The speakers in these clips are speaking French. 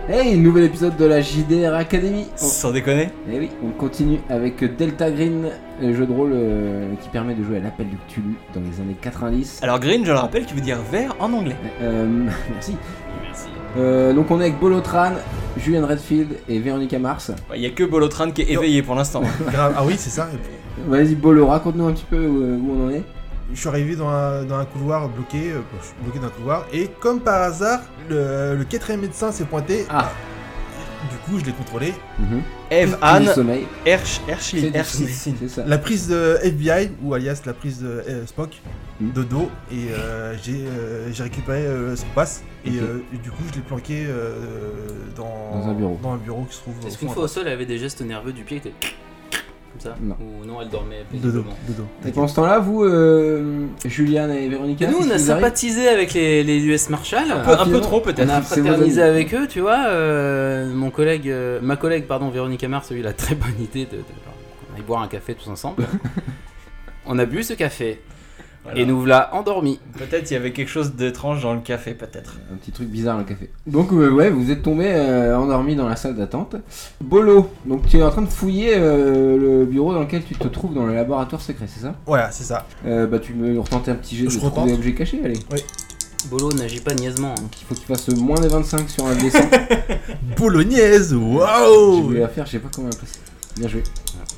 Hey, nouvel épisode de la JDR Academy. Sans déconner. Eh oui, on continue avec Delta Green, le jeu de rôle qui permet de jouer à l'appel du Cthulhu dans les années 90. Alors Green, je le rappelle, qui veut dire vert en anglais. Merci. Donc on est avec Bolotran, Julian Redfield et Véronica Mars. Il n'y a que Bolotran qui est éveillé pour l'instant. Grave. Ah oui, c'est ça. Vas-y Bolo, raconte-nous un petit peu où on en est. Je suis arrivé dans un couloir bloqué, je suis bloqué dans un couloir, et comme par hasard, le quatrième médecin s'est pointé. Ah. Du coup, je l'ai contrôlé. Eve, Du Anne, sommeil. Hershey, C'est ça. La prise de FBI, ou alias la prise de Spock, de dos, et j'ai récupéré son passe, et du coup, je l'ai planqué dans un bureau. Dans un bureau qui se trouve. Est-ce qu'une fois au sol, elle avait des gestes nerveux du pied qui étaient comme ça? Non. Ou non, elle dormait de dos. paisiblement. De dos. Et pendant ce temps-là, vous, Julian et Véronica, Et nous, on qu'est-ce a qui vous arrive sympathisé avec les US Marshall. un peu trop On peut-être. a C'est vos fraternisé amis. avec eux, tu vois. Ma collègue, Véronica Mars a eu la très bonne idée de qu'on aille boire un café tous ensemble. On a bu ce café Voilà. et nous voilà endormis. Peut-être il y avait quelque chose d'étrange dans le café, peut-être. Un petit truc bizarre dans le café. Donc ouais, vous êtes tombé endormi dans la salle d'attente. Bolo, donc tu es en train de fouiller le bureau dans lequel tu te trouves dans le laboratoire secret, c'est ça? Voilà, c'est ça. Bah tu me retenter un petit jet Je de retente. trouver objet caché, allez. Bolo n'agit pas niaisement. Donc il faut qu'il fasse moins de 25 sur un dessin. Bolognaise, Je waouh. voulais la faire, je sais pas comment la placer. Bien joué.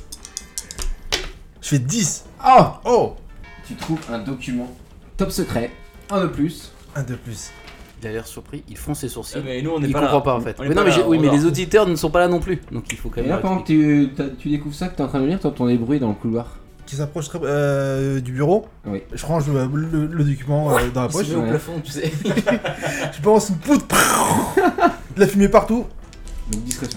Je fais 10. Oh, Oh, tu trouves un document top secret, un de plus. un de plus. Il a l'air surpris, il fronce ses sourcils. Mais nous on n'est Il pas là. comprend pas en fait. On est Mais pas non, mais, là, oui, on mais dort. les auditeurs ne sont pas là non plus. Donc il faut quand Et même. là leur pendant que expliquer. tu découvres ça, que t'es en train de lire, t'entends des bruits dans le couloir. Qui s'approche du bureau. Oui. Je range le document dans la Il poche. se met au ouais. plafond, tu sais. Je balance une poudre. De la fumée partout. Donc discrétion.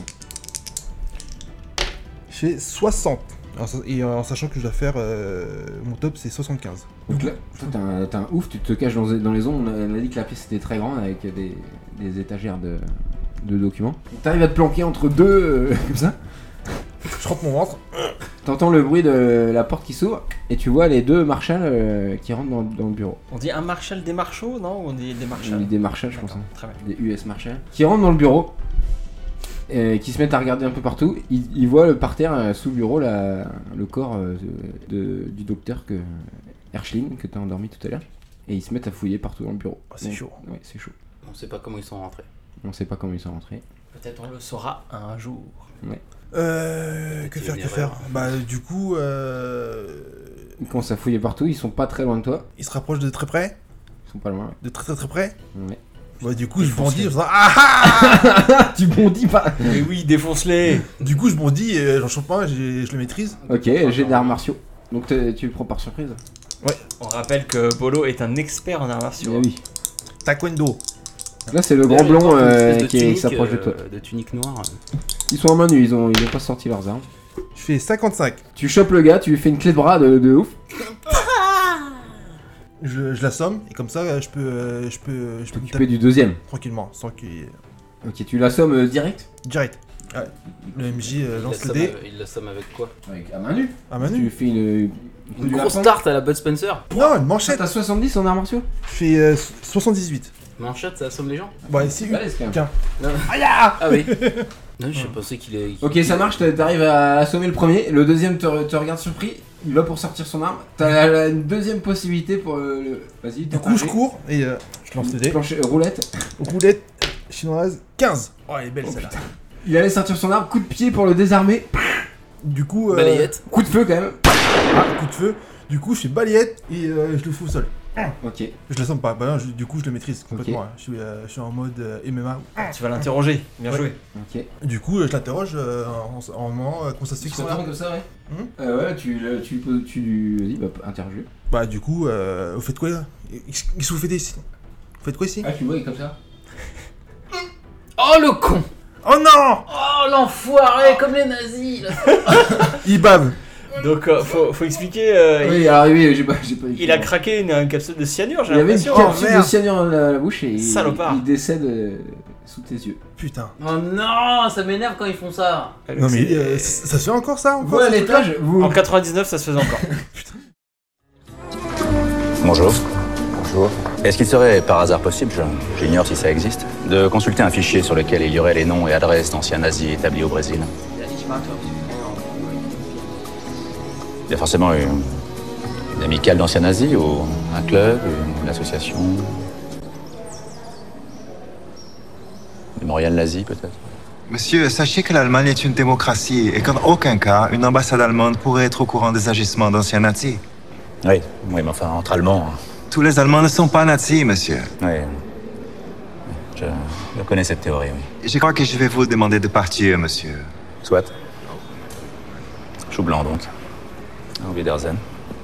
Je fais 60. Et en sachant que je dois faire mon top, c'est 75. Donc là, t'as un ouf, tu te caches dans les ondes. On a dit que la pièce était très grande avec des étagères de documents. T'arrives à te planquer entre deux, comme ça. Je rentre mon ventre. T'entends le bruit de la porte qui s'ouvre et tu vois les deux marshals qui rentrent dans le bureau. On dit un Marshall des Marshaux, non? Ou on dit des Marshall? Des marshals, je pense. D'accord, Hein. très bien. Des US Marshals. Qui rentrent dans le bureau et qui se mettent à regarder un peu partout. Ils voient par terre, sous le bureau, le corps du docteur Hershling, que t'as endormi tout à l'heure. Et ils se mettent à fouiller partout dans le bureau. Oh, c'est chaud. Ouais, c'est chaud. On sait pas comment ils sont rentrés. On sait pas comment ils sont rentrés. Peut-être on le saura un jour. Que faire? Bah, du coup, Ils commencent à fouiller partout, ils sont pas très loin de toi. il se rapproche de très près. Ils sont pas loin. De très très très près. Ouais. Bah, du coup, je bondis. Je fais, ah. Tu bondis pas. Mais oui, défonce-les. Du coup, je bondis, j'en chope pas, je le maîtrise. Ok, j'ai d'arts martiaux. Donc tu le prends par surprise. On rappelle que Bolo est un expert en arts martiaux. Eh oui. Taekwondo. Donc là c'est le grand blond qui s'approche de toi. De tunique noire. Ils sont en main nue, ils ont pas sorti leurs armes. Je fais 55. Tu chopes le gars, tu lui fais une clé de bras de ouf. Je l'assomme, et comme ça, je peux me T'occuper taper du deuxième. tranquillement, sans qu'il. Ok, tu l'assommes direct. Direct. Ouais. Le MJ lance le dé. Il l'assomme avec quoi? Avec à main nue. Ah, Tu Manu. lui fais une Une grosse tarte à la Bud Spencer. Non, une manchette. T'as 70 en arts martiaux. Je fais 78. Manchette, ça assomme les gens? Ouais, si. Balèze, quand même. Tiens. Ah oui. Non, je pensais qu'il est. Ok, ça marche, t'arrives à assommer le premier, le deuxième te regarde surpris, il va pour sortir son arme, t'as une deuxième possibilité pour le... Vas-y, Du coup, je cours et je lance le dé. Roulette. Roulette chinoise 15. Oh, elle est belle celle-là. Il allait sortir son arme, coup de pied pour le désarmer, Du coup, Balayette. coup de feu quand même. coup de feu. Du coup, je fais balayette et je le fous au sol. Ok. Je l'assomme pas. Bah non, du coup, je le maîtrise complètement. Ok. Hein. Je suis en mode MMA. Tu vas l'interroger. Bien Ouais. joué. Ok. Du coup, je l'interroge en demandant comment ça se fait qu'ils sont là. comme ça, ouais. Ouais, tu vas-y, bah, interroge-le. Bah, du coup, vous faites quoi là? Qu'est-ce que vous faites ici? Vous faites quoi ici? Ah, tu vois, il est comme ça. Oh le con! Oh non! Oh l'enfoiré, comme les nazis là. Il bave. Donc faut expliquer. Oui, alors oui, j'ai pas Il a craqué une capsule de cyanure, j'ai Il avait une l'impression. capsule de merde. cyanure dans la bouche et Salopard. il décède sous tes yeux. Putain. Oh non, ça m'énerve quand ils font ça. Non mais ça se fait encore ça Vous encore à ce truc-là l'étage, vous... En 99, ça se faisait encore. Bonjour. Bonjour. Est-ce qu'il serait par hasard possible, j'ignore si ça existe, de consulter un fichier sur lequel il y aurait les noms et adresses d'anciens nazis établis au Brésil? Il y a forcément une amicale d'anciens nazis, ou un club, une association. Mémorial nazi, peut-être. Monsieur, sachez que l'Allemagne est une démocratie et qu'en aucun cas, une ambassade allemande pourrait être au courant des agissements d'anciens nazis. Oui, mais enfin, entre Allemands. Tous les Allemands ne sont pas nazis, monsieur. Oui. Je connais cette théorie, oui. Je crois que je vais vous demander de partir, monsieur. Soit. Chou blanc, donc. Au Wiedersehen.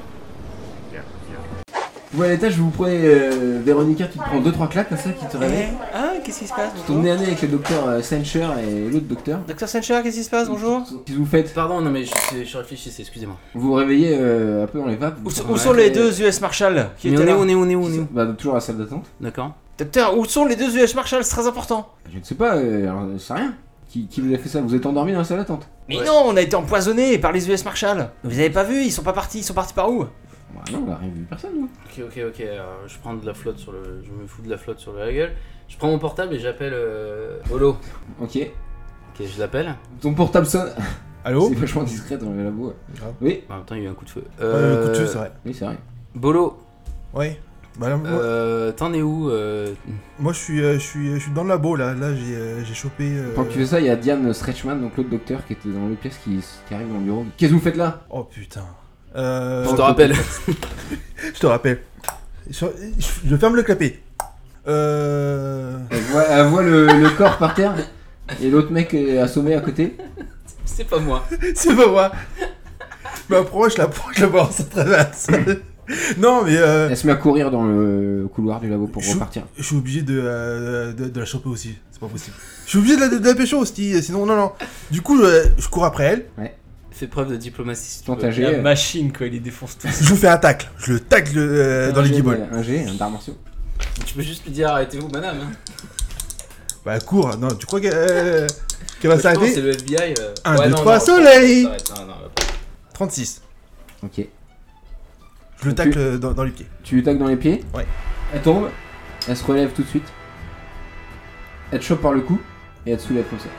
Vous à l'étage, vous prenez Véronica, tu te prends 2-3 claques comme ça qui te réveillent. Ah, qu'est-ce qui se passe? Tu tournes nez à nez avec le docteur Sencher et l'autre docteur. Docteur Sencher, qu'est-ce qui se passe? Bonjour. Qu'est-ce que vous faites? Pardon, non mais je réfléchissais, excusez-moi. Vous vous réveillez un peu dans les vapes. Où sont les deux US Marshal qui Mais étaient là? on est où? Bah toujours à la salle d'attente. D'accord. Docteur, où sont les deux US Marshal? C'est très important. Je ne sais pas, alors je sais rien. Qui vous a fait ça? Vous êtes endormi dans la salle d'attente? Mais non, on a été empoisonnés par les US Marshal. Vous avez pas vu? Ils sont pas partis. Ils sont partis par où? Bah non, on a rien vu personne, nous. Ok, alors, je prends de la flotte sur le... Je me fous de la flotte sur la gueule. Je prends mon portable et j'appelle Olo. Ok. Ok, je l'appelle. Ton portable sonne. Allô? C'est vachement discret dans le labo. Grave. Oui. En même temps, il y a eu un coup de feu. Le coup de feu, c'est vrai. Oui, c'est vrai. Bolo, Ouais. Bah, là, t'en es où moi, je suis dans le labo, là. Là, j'ai chopé... Pendant que tu fais ça, il y a Diane Stretchman, donc l'autre docteur qui était dans l'autre pièce qui arrive dans le bureau. Qu'est-ce que vous faites là? Oh, putain. Je te rappelle. Je te rappelle. Je ferme le clapet. Elle voit le corps par terre et l'autre mec est assommé à côté. C'est pas moi. C'est pas moi. Je m'approche, la balance à traverse. Non, mais Elle se met à courir dans le couloir du labo pour repartir. je suis obligé de la choper aussi. C'est pas possible. Je suis obligé de la pécho aussi, sinon non. Du coup, je cours après elle. Ouais. Fais preuve de diplomatie. Si tu Ton veux. tagé. La machine, quoi, il les défonce tous. Je vous fais un tacle. Je le tacle dans les guibolles. Un G, un d'arts martiaux. Tu peux juste lui dire arrêtez-vous, madame. Hein. Bah, cours. Non, tu crois qu'elle va Je pense que s'arrêter? c'est le FBI. 1, 2, 3, soleil! Non. 36. Ok. Je le tacle dans les pieds. Tu lui tacs dans les pieds. Ouais. Elle tombe. Elle se relève tout de suite. Elle te chope par le cou et elle te soulève comme ça.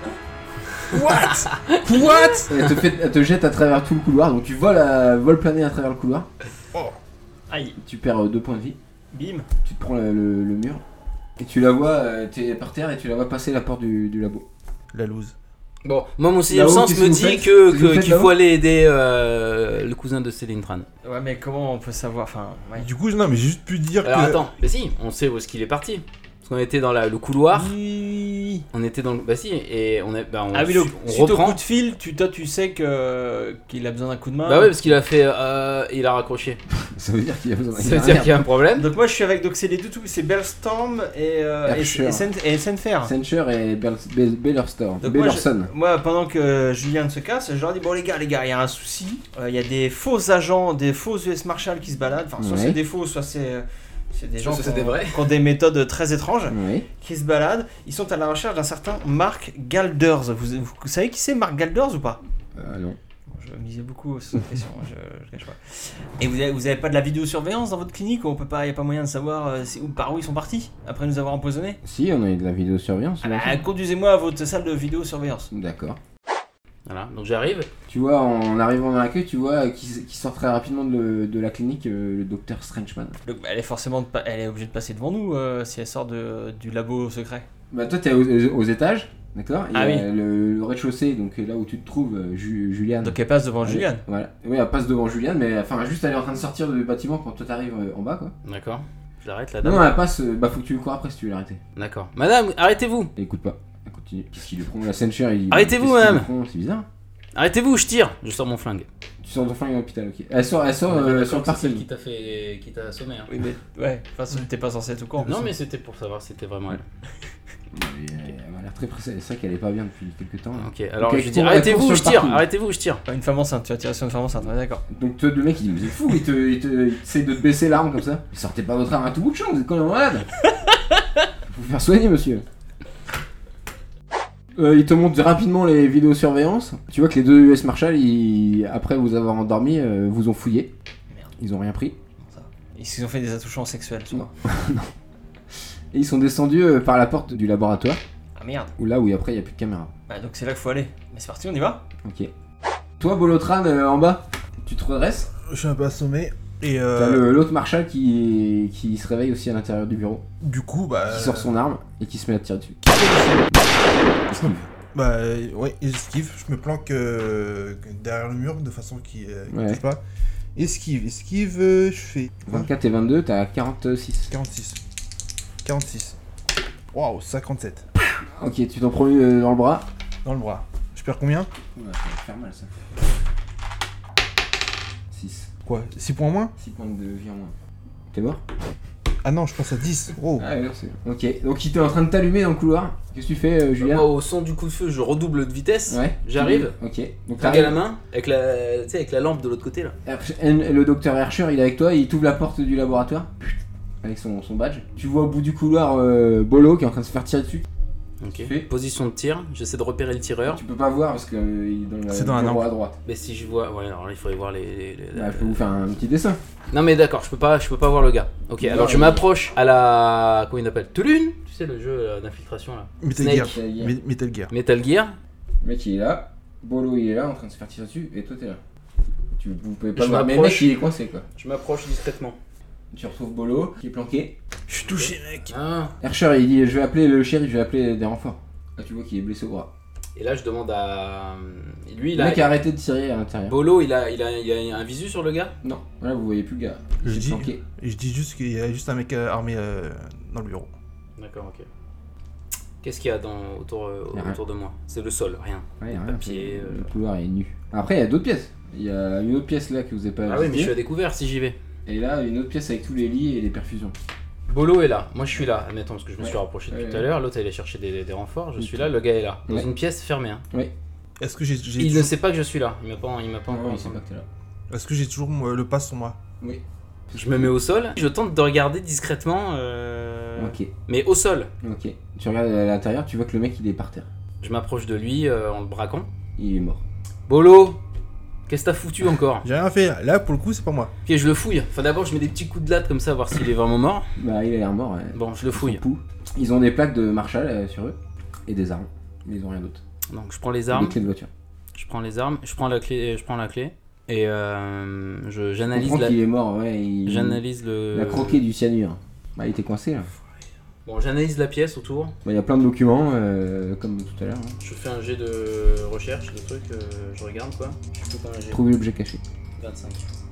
What? Et elle te jette à travers tout le couloir. Donc tu voles planer à travers le couloir. Aïe, Tu perds 2 points de vie. bim. Tu te prends le mur. Et tu la vois, t'es par terre et tu la vois passer la porte du labo. La loose. Bon, moi mon sixième Là-haut, sens qu'est-ce me que vous dit faites? Qu'est-ce que vous faites qu'il là-haut faut aller aider le cousin de Céline Tran. Ouais, mais comment on peut savoir? Enfin, ouais. Du coup, non, mais j'ai juste pu dire Alors que. attends, mais si, on sait où est-ce qu'il est parti. Parce qu'on était dans le couloir. Oui. On était dans le. Bah si, et on est. Bah, Ah oui, donc, on suite au reprend. coup de fil, toi tu sais qu'il a besoin d'un coup de main. Bah ouais, parce qu'il a fait. Il a raccroché. Ça veut dire qu'il y a besoin d'un Ça veut dire qu'il y a un problème. Donc moi je suis avec, donc c'est les deux, c'est Bellstorm et Archer. Senfer. Sencher et Bellerstorm. Donc Bellerson. moi, pendant que Julien se casse, je leur dis bon les gars, il y a un souci. Il y a des faux agents, des faux US Marshal qui se baladent. Enfin, soit Ouais. c'est des faux, soit c'est des gens Soit c'est des vrais. qui ont des méthodes très étranges, Oui. qui se baladent. Ils sont à la recherche d'un certain Mark Galders. Vous savez qui c'est Mark Galders ou pas? Non. Je misais beaucoup sur cette question, je cache pas. Et vous avez pas de la vidéosurveillance dans votre clinique où on peut pas, y a pas moyen de savoir par où ils sont partis après nous avoir empoisonnés? Si, on a eu de la vidéosurveillance. Ah bah, conduisez-moi à votre salle de vidéosurveillance. D'accord. Voilà, donc j'arrive. Tu vois, en arrivant dans l'accueil, tu vois qui sort très rapidement de la clinique, le docteur Strangeman. Donc, elle est forcément elle est obligée de passer devant nous si elle sort du labo secret. Bah toi t'es aux étages, d'accord. Ah Il y a le rez-de-chaussée, donc là où tu te trouves, Juliane. Donc elle passe devant Juliane. Voilà. Oui, elle passe devant Juliane, mais enfin juste elle est en train de sortir du bâtiment quand toi t'arrives en bas, quoi. D'accord. Je l'arrête la Non, dame. non, elle passe. Bah faut que tu le cours après si tu veux l'arrêter. D'accord. Madame, arrêtez-vous. Elle écoute pas. Elle continue. Qu'est-ce qu'il lui prend? La Sencher, il. Arrêtez-vous, qu'est-ce qu'il madame. lui prend? C'est bizarre. Arrêtez-vous, je tire. Je sors mon flingue. Tu sors ton flingue à l'hôpital, ok. Elle sort sur le parking. qui t'a assommé. Hein. Oui, mais ouais, enfin, t'es pas censé être au courant. Non, mais c'était pour savoir si c'était vraiment elle. Elle m'a l'air très pressée. C'est vrai qu'elle est pas bien depuis quelques temps. Là. Ok, alors Ok, je elle dis court arrêtez-vous, sur je le tire. parking. Arrêtez-vous, je tire. Une femme enceinte, tu vas tirer sur une femme enceinte, ouais, d'accord. Donc toi, le mec il dit vous êtes fou, il essaie de te baisser l'arme comme ça. Sortez pas votre arme à tout bout de champ, vous êtes quand même malade. Faut vous faire soigner monsieur. Il te montre rapidement les vidéosurveillance. Tu vois que les deux US Marshal, après vous avoir endormi, vous ont fouillé. Merde. Ils ont rien pris. Ils ont fait des attouchements sexuels, tu vois. Et ils sont descendus par la porte du laboratoire, Ah merde. où après il n'y a plus de caméra. Bah donc c'est là qu'il faut aller. Mais c'est parti, on y va. Ok. Toi, Bolotran, en bas, tu te redresses. Je suis un peu assommé. Et T'as l'autre Marshall qui se réveille aussi à l'intérieur du bureau, du coup, bah. qui sort son arme et qui se met à tirer dessus. Bah, ouais, esquive. Je me planque derrière le mur de façon qu'il Ouais. touche pas. Esquive, je fais. 24 et 22, t'as 46. 46. Waouh, 57. Ok, tu t'en prends une dans le bras. Dans le bras. Je perds combien? Ouais, ça va faire mal ça. 6. Quoi? 6 points en moins? 6 points de vie en moins. T'es mort? Ah non, je pense à 10. Oh. Ah ouais, c'est... Ok, donc il était en train de t'allumer dans le couloir. Qu'est-ce que tu fais, Julien? Moi, au son du coup de feu, je redouble de vitesse. Ouais. J'arrive. Ok. Donc Flingue à la main, avec la lampe de l'autre côté là. Le docteur Hercher, il est avec toi, il t'ouvre la porte du laboratoire. Avec son badge. Tu vois au bout du couloir Bolo qui est en train de se faire tirer dessus. Ok. Fais. Position de tir, j'essaie de repérer le tireur. Tu peux pas voir parce que il est C'est dans la bureau lampe. à droite. Mais si je vois. Ouais, alors là, il faudrait voir les. Bah, je peux vous faire un petit dessin. Non, mais d'accord, je peux pas voir le gars. Ok, Non, alors je mais- m'approche à la. Comment il appelle? Tulune. Tu sais, le jeu d'infiltration là. Metal Snake. Gear. Metal Gear. Metal Gear. Metal Gear. Le mec il est là, Bolo il est là en train de se faire tirer dessus et toi t'es là. Vous pouvez pas Je le voir, mais le mec m'approche. il est coincé quoi. Je m'approche discrètement. Tu retrouves Bolo qui est planqué. Je suis touché, mec. Ah. Hercher il dit je vais appeler le shérif, je vais appeler des renforts. Là tu vois qu'il est blessé au bras. Et là, je demande à. Lui, il Le a. mec a arrêté de tirer à l'intérieur. Bolo, il a un visu sur le gars. Non, là vous voyez plus le gars. Il Je est dis, planqué. je dis juste qu'il y a juste un mec armé dans le bureau. D'accord, ok. Qu'est-ce qu'il y a autour de moi? C'est le sol, rien. Ouais, y a rien, papier, Le couloir est nu. Après il y a d'autres pièces. Il y a une autre pièce là que vous avez pas Ah oui, mais je visitée. suis à découvert si j'y vais. Et là une autre pièce avec tous les lits et les perfusions. Bolo est là, moi je suis là, admettons, parce que je me Ouais. suis rapproché depuis Ouais, tout à ouais. l'heure, l'autre allait chercher des renforts, je Oui. suis là, le gars est là, dans Ouais. une pièce fermée. Hein. Est-ce que j'ai Il ne toujours... sait pas que je suis là, il m'a pas Ah encore ouais, il sait entendu. pas que t'es là. Est-ce que j'ai toujours le pass sur moi? Oui. Je me mets au sol, je tente de regarder discrètement, Ok, mais au sol. ok. Tu regardes à l'intérieur, tu vois que le mec il est par terre. Je m'approche de lui en le braquant. Il est mort. Bolo, qu'est-ce que t'as foutu encore? J'ai rien fait. Là, pour le coup, c'est pas moi. Ok, je le fouille. Enfin d'abord je mets des petits coups de latte comme ça, voir s'il est vraiment mort. Bah il a l'air mort. Ouais. Bon, je le Ils fouille. sont poux. Ils ont des plaques de Marshall sur eux et des armes. Mais ils ont rien d'autre. Donc je prends les Des armes, clés de voiture. je prends la clé, et Je j'analyse comprends qu'il est mort, ouais. j'analyse Il a le. croqué du cyanure. Bah il était coincé là. Bon, j'analyse la pièce autour. Bah il y a plein de documents comme tout à l'heure. Hein. Je fais un jet de recherche, de trucs, je regarde quoi. Je fais combien j'ai Trouver l'objet caché. 25.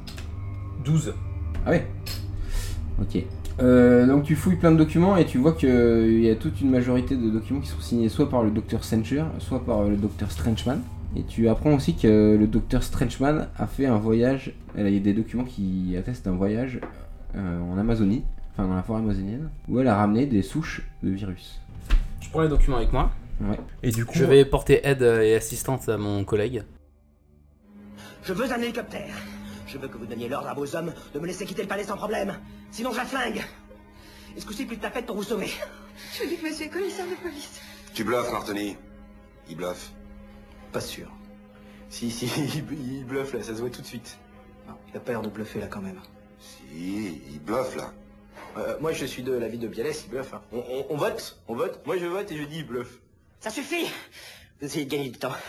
12. Ah ouais. Ok. Donc tu fouilles plein de documents et tu vois qu'il y a toute une majorité de documents qui sont signés soit par le docteur Sencher, soit par le docteur Strangeman. Et tu apprends aussi que le docteur Strangeman a fait un voyage. Il y a des documents qui attestent un voyage en Amazonie, enfin dans la forêt amazonienne, où elle a ramené des souches de virus. Je prends les documents avec moi. Ouais. Et du coup, Je vais porter aide et assistance à mon collègue. Je veux un hélicoptère. Je veux que vous donniez l'ordre à vos hommes de me laisser quitter le palais sans problème. Sinon, je la flingue. Et ce coup-ci, plus de tapette pour vous sauver. Je dis que monsieur est commissaire de police. Tu bluffes, Martoni. Il bluffe. Pas sûr. Si, il bluffe là, ça se voit tout de suite. Non, il a pas l'air de bluffer là quand même. Si, il bluffe, là. Moi, je suis de l'avis de Bialès, il bluffe. Hein. On vote. Moi, je vote et je dis il bluffe. Ça suffit. Vous essayez de gagner du temps.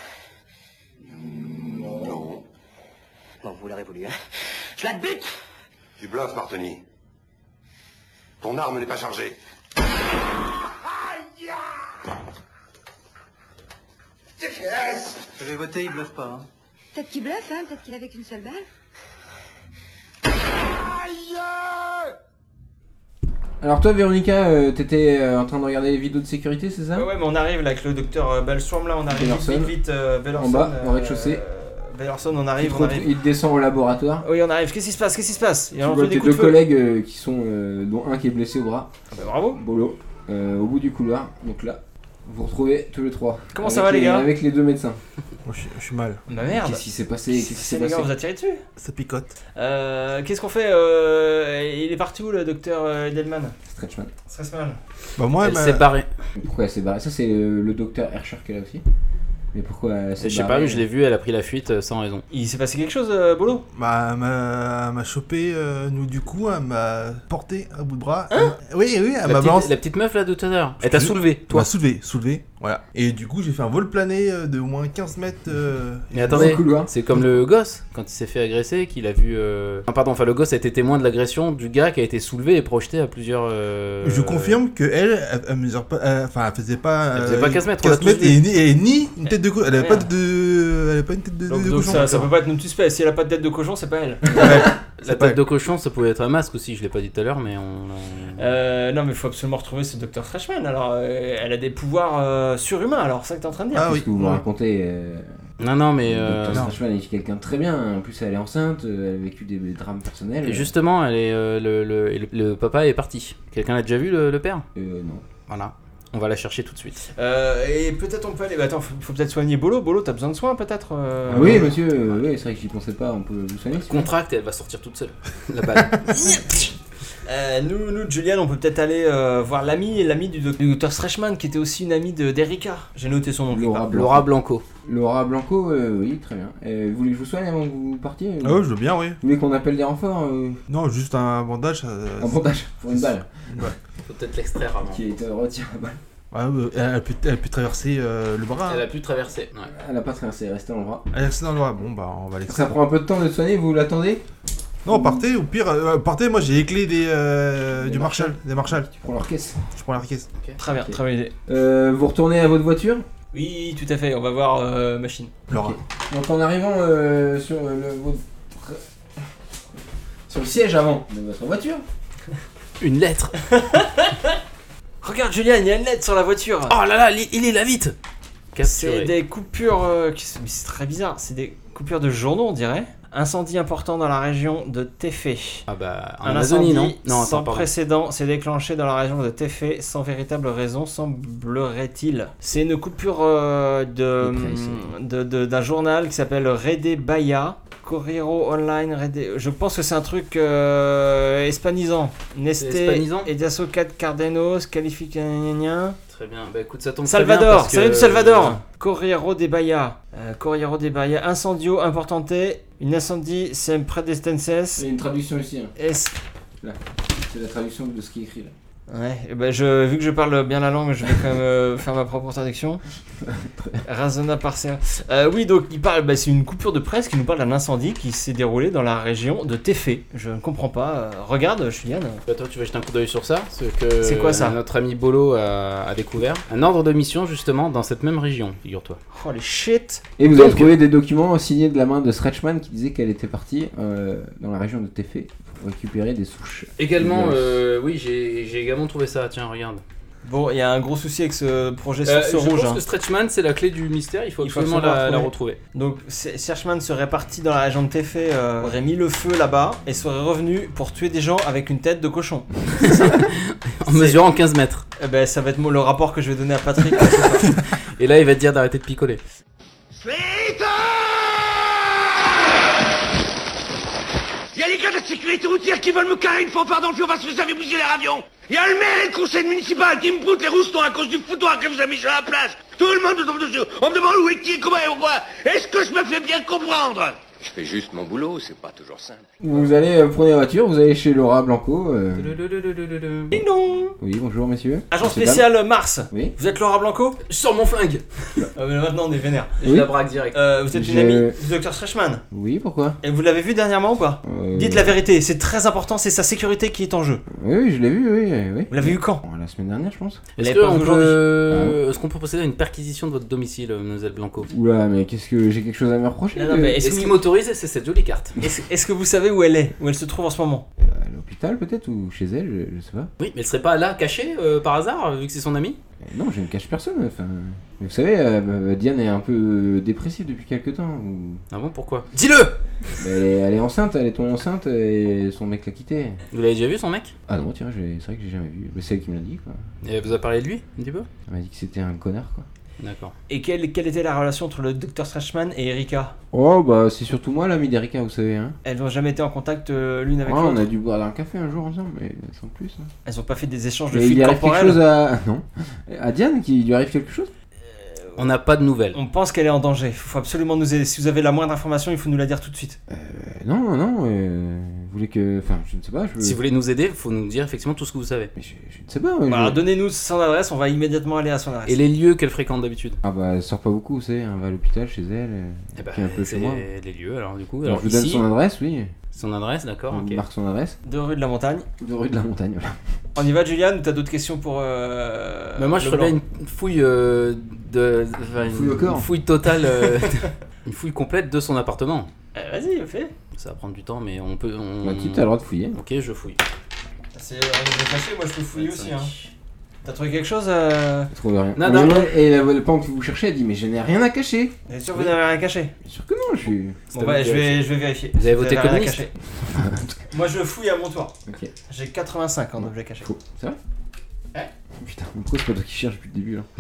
Non. Bon, vous l'aurez voulu, hein. Je la bute. Tu bluffes, Martoni. Ton arme n'est pas chargée. Je vais voter, il bluffe pas, hein. Peut-être qu'il bluffe, hein. Peut-être qu'il avait qu'une seule balle. Alors toi Véronica, t'étais en train de regarder les vidéos de sécurité, c'est ça? Ouais, mais on arrive là avec le docteur Bellstorm là, on arrive Bellerson. vite, Bellerson. En bas, au rez-de-chaussée. Bellerson, on arrive, on arrive. Il descend au laboratoire. Oui, on arrive. Qu'est-ce qui se passe? Il y Tu a vois entendu tes des coups deux de feu. collègues qui sont, dont un qui est blessé au bras, Ah bah, bravo. Bolo, au bout du couloir. Donc là, vous vous retrouvez tous les trois. Comment ça va, les gars? Avec les deux médecins. moi, je suis mal. Bah merde. Qu'est-ce qui s'est passé? Qu'est-ce qui s'est les gars, passé? on vous a tiré dessus. Ça picote. Qu'est-ce qu'on fait? Il est parti où le docteur Edelman? Stretchman. Stressman. Bah, moi, Elle s'est barrée. Pourquoi elle s'est barrée? Ça c'est le docteur Hercher qui est là aussi. Mais pourquoi elle s'est Je sais barrée pas, je l'ai vue, elle a pris la fuite sans raison. Il s'est passé quelque chose, Bolo? Bah, elle m'a chopé, nous, du coup, elle m'a porté à bout de bras. Hein? Oui, elle La m'a petite, balancé. la petite meuf là de tout à l'heure. Elle t'a soulevé, Elle m'a toi. soulevé, voilà. Et du coup, j'ai fait un vol plané de au moins 15 mètres. Mais attendez, couloir. c'est comme le gosse, quand il s'est fait agresser, qu'il a vu... le gosse a été témoin de l'agression du gars qui a été soulevé et projeté à plusieurs... Je confirme que elle mesure pas, elle faisait pas. Elle faisait pas 15 mètres, on l'a 15 mètres tous vu. et ni une tête de cochon. Elle avait Merde. elle avait pas une tête de Donc cochon. ça peut pas être non suspect. Si elle a pas de tête de cochon, c'est pas elle. La tête de cochon, ça pouvait être un masque aussi, je l'ai pas dit tout à l'heure, mais on... Non, mais il faut absolument retrouver ce Dr. Freshman. Alors, elle a des pouvoirs surhumains, alors, c'est ça que t'es en train de dire. Ah Qu'est-ce oui. que vous me racontez Non, mais... Dr. Strachman est quelqu'un de très bien. En plus, elle est enceinte, elle a vécu des drames personnels. Et justement, elle est, le papa est parti. Quelqu'un l'a déjà vu, le père? Non. Voilà. On va la chercher tout de suite. Et peut-être on peut aller. Bah attends, faut peut-être soigner Bolo. Bolo, t'as besoin de soins peut-être Ah oui, monsieur, oui, c'est vrai que j'y pensais pas. On peut vous soigner. si vous voulez. Contracte et elle va sortir toute seule. La balle. Nous, Julian, on peut peut-être aller voir l'ami du Dr. Strachman qui était aussi une amie d'Erika. J'ai noté son nom. Laura Blanco. Laura Blanco, oui, très bien. Vous voulez que je vous soigne avant que vous partiez Ah ouais, je veux bien, oui. Vous voulez qu'on appelle des renforts Non, juste un bandage. Un bandage pour une balle Faut peut-être l'extraire avant. qui te retire la balle. Ouais, elle a pu traverser le bras. Elle a pu traverser. Ouais. Elle a pas traversé, elle est restée dans le bras. Elle est restée dans le bras. Bon, bah, on va aller. Ça prend un peu de temps de soigner, vous l'attendez? Non, partez, au pire, partez, moi j'ai les clés du Marshall. Des Marshall. Tu prends leur caisse. Je prends la caisse. Très bien, très bonne idée. Vous retournez à votre voiture? Oui, tout à fait. On va voir Machine. Laura. Ok. Donc en arrivant sur le siège avant de votre voiture, Une lettre. Regarde, Julian, il y a une lettre sur la voiture. Oh là là, il est là vite. C'est Capturé. des coupures. C'est très bizarre. C'est des coupures de journaux, on dirait. Incendie important dans la région de Tefé. Ah bah, en Un Amazonie, incendie non? Non, sans attends, pardon. précédent s'est déclenché dans la région de Tefé sans véritable raison, semblerait-il. C'est une coupure d'un journal qui s'appelle Rede Bahia. Corriero Online, je pense que c'est un truc hispanisant. Nesté, hispanisant Ediasocat Cardenos, Qualificanien. Très bien, bah écoute, ça tombe Salvador, très bien parce salut que... du Salvador. Corriero de Bahia. Corriero de Bahia. Incendio importante. Une incendie sempre destenses. il y a une traduction ici. Hein. Es... Là, c'est la traduction de ce qui est écrit là. Ouais, et ben vu que je parle bien la langue, je vais quand même faire ma propre traduction. Razona parcea. Oui, donc il parle, c'est une coupure de presse qui nous parle d'un incendie qui s'est déroulé dans la région de Tefé. Je ne comprends pas. Regarde, Julian. Bah toi, tu vas jeter un coup d'œil sur ça. C'est quoi ça? Notre ami Bolo a découvert un ordre de mission justement dans cette même région, figure-toi. Holy shit. Et vous avez trouvé des documents signés de la main de Stretchman qui disait qu'elle était partie dans la région de Tefé pour récupérer des souches. Également, de virus. oui, j'ai également trouvé ça. Tiens, regarde. Bon, il y a un gros souci avec ce projet source Je rouge. pense que Stretchman, c'est la clé du mystère. Il faut Il faut absolument absolument la la retrouver. Donc, Serchman serait parti dans la région de Tefé, aurait mis le feu là-bas et serait revenu pour tuer des gens avec une tête de cochon. En mesurant 15 mètres. Eh ben, ça va être le rapport que je vais donner à Patrick. Et là, il va te dire d'arrêter de picoler. Il y a les gars de la sécurité routière qui veulent me carrer une fanfare dans le feu parce que vous avez bougé leur avion. Il y a le maire et le conseil municipal qui me broutent les roustons à cause du foutoir que vous avez mis sur la place. Tout le monde me tombe dessus. On me demande où est qui, comment et pourquoi. Est-ce que je me fais bien comprendre? Je fais juste mon boulot, c'est pas toujours simple. Vous allez prendre la voiture, vous allez chez Laura Blanco. Ding dong. Oui, bonjour messieurs. Agent Monsieur, spécial Mars. Oui. Vous êtes Laura Blanco? Je sors mon flingue. Mais maintenant on est vénère. Je la braque direct. Vous êtes une amie du Dr. Stretchman. Oui, pourquoi? Et vous l'avez vu dernièrement ou pas? Dites la vérité, c'est très important, c'est sa sécurité qui est en jeu. Oui, je l'ai vu, oui. Vous l'avez vu quand? La semaine dernière, je pense. Est-ce qu'on peut procéder à une perquisition de votre domicile, mademoiselle Blanco? Oula, mais qu'est-ce que j'ai quelque chose à me reprocher? Non, mais Est-ce qu'il m'autorise? C'est cette jolie carte. Est-ce que vous savez où elle est? Où elle se trouve en ce moment? À l'hôpital peut-être ou chez elle, je sais pas. Oui, mais elle serait pas là, cachée, par hasard, vu que c'est son amie? Non, je ne cache personne. Enfin, vous savez, Diane est un peu dépressive depuis quelque temps. Ah bon, pourquoi? Dis-le! Elle est enceinte, elle est tombée enceinte et son mec l'a quittée. Vous l'avez déjà vu, son mec? Ah non, tiens, c'est vrai que j'ai jamais vu. Mais c'est elle qui me l'a dit, quoi. Et elle vous a parlé de lui, un petit peu? Elle m'a dit que c'était un connard, quoi. D'accord. Et quelle était la relation entre le Dr. Stretchman et Erika? Oh, bah c'est surtout moi l'ami d'Erika, vous savez, hein. Elles n'ont jamais été en contact l'une avec On l'autre? a dû boire un café un jour ensemble, mais sans plus. Hein. Elles n'ont pas fait des échanges de Mais il fluides lui arrive quelque corporels? chose à... Non. À Diane, qui lui arrive quelque chose? On n'a pas de nouvelles. On pense qu'elle est en danger. Il faut absolument nous aider. Si vous avez la moindre information, il faut nous la dire tout de suite. Non, vous voulez que... Enfin, je ne sais pas, Si vous voulez nous aider, il faut nous dire effectivement tout ce que vous savez. Mais je ne sais pas, Alors donnez-nous son adresse, on va immédiatement aller à son adresse. Et les lieux qu'elle fréquente d'habitude. Ah bah, elle sort pas beaucoup, vous savez, elle va à l'hôpital chez elle, puis un peu chez moi. Les lieux alors du coup. Alors, je vous donne son adresse, oui. Son adresse, d'accord, On ok. marque son adresse. 2 rue de la Montagne. 2 rue de la Montagne, voilà. On y va, Juliane, ou t'as d'autres questions pour... Moi je ferais bien une fouille Une fouille au corps. Une fouille totale, une fouille complète de son appartement. Vas-y, fais. Ça va prendre du temps, mais on peut. Bah, tu as le droit de fouiller. Ok, je fouille. On est caché, moi je peux fouiller aussi. Hein. T'as trouvé quelque chose Je trouve rien. Nada. Et pendant que vous cherchez, elle dit mais je n'ai rien à cacher. T'es sûr que vous n'avez rien caché? Bien sûr que non, je suis... Bon bah je vais vérifier. Vous avez voté rien à communiste cacher. Moi je fouille à mon tour. Ok. J'ai 85 en objet caché. Faux. C'est vrai? Ouais. Putain, pourquoi c'est pas toi qui cherche depuis le début là?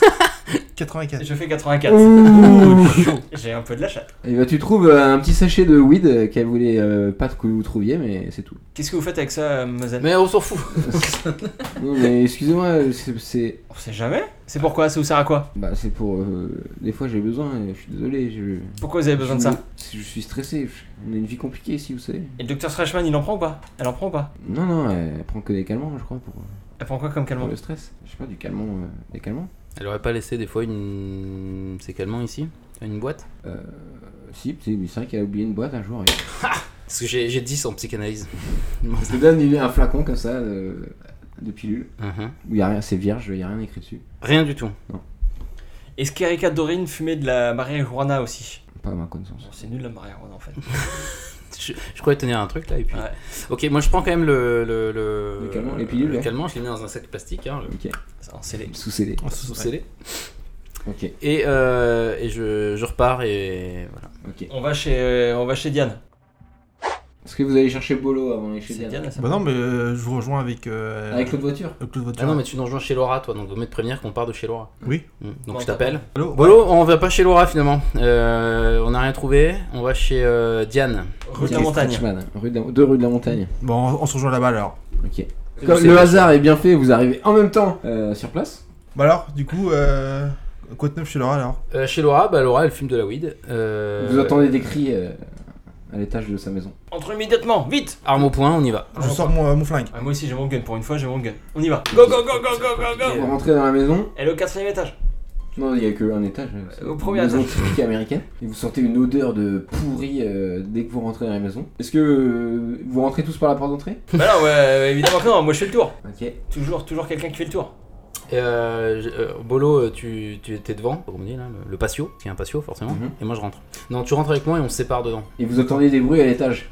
84. Je fais 84. J'ai un peu de la chatte. Et bah tu trouves un petit sachet de weed qu'elle voulait pas que vous trouviez, mais c'est tout. Qu'est-ce que vous faites avec ça, Mazen? Mais on s'en fout. Non mais excusez-moi, c'est... On sait jamais. C'est pourquoi? Ça vous sert à quoi? Bah c'est pour... des fois j'ai besoin, et je suis désolé. Pourquoi vous avez besoin de ça? Je suis stressé, on a une vie compliquée ici, vous savez. Et le docteur Strashman, il en prend ou pas? Elle en prend ou pas? Non, elle prend que des calmants, je crois, pour Elle prend quoi comme calmant? le stress. Je sais pas, du calmant, des calmants. Elle aurait pas laissé des fois ces calmants ici? Une boîte? Si, c'est vrai qu'elle a oublié une boîte un jour. Et... Parce que j'ai 10 en psychanalyse. Je te donne un flacon comme ça de pilules. Où y a rien, c'est vierge, y a rien écrit dessus. Rien du tout. Non. Est-ce qu'Erika Dorine fumait de la marijuana aussi? Pas à ma connaissance. Bon, c'est nul la marijuana en fait. Je croyais tenir un truc là et puis. Ouais. Ok, moi je prends quand même le calmant, les pilules. Le calmant, je l'ai mis dans un sac plastique. Hein, Ok. C'est en scellé. Sous-scellé. Sous-scellé. Ok. Et je repars et voilà. Ok. On va chez Diane. Est-ce que vous allez chercher Bolo avant d'aller chez C'est Diane? Diane, ça. Bah non, mais je vous rejoins avec. Avec l'autre voiture? L'autre voiture. Ah non, mais tu nous rejoins chez Laura, toi, donc vaut mieux te prévenir qu'on part de chez Laura. Oui. Donc Bon, je t'appelle. Allô. Bolo, on va pas chez Laura finalement. On n'a rien trouvé. On va chez Diane. Rue de la Montagne. Stretchman, 2 rue de la Montagne. Bon, on se rejoint là-bas alors. Ok. Comme le hasard est bien fait, vous arrivez en même temps sur place. Bah alors, du coup, quoi de neuf chez Laura alors? Chez Laura, Laura elle fume de la weed. Vous entendez des cris à l'étage de sa maison. Entre immédiatement, vite. Arme au poing, on y va. Je sors mon flingue. Ah, moi aussi j'ai mon gun, pour une fois j'ai mon gun. On y va. Go go go go go go Vous go. rentrez dans la maison. Elle est au 4ème étage. Non, il n'y a qu'un étage. Au premier maison étage. typique américaine. Et vous sentez une odeur de pourri dès que vous rentrez dans la maison. Est-ce que vous rentrez tous par la porte d'entrée? Bah non, ouais, évidemment que non, moi je fais le tour. Ok. Toujours quelqu'un qui fait le tour. Bolo, tu étais devant, comme on dit là, le patio, qui est un patio forcément, Mhm. et moi je rentre. Non, tu rentres avec moi et on se sépare dedans. Et vous entendez des bruits à l'étage.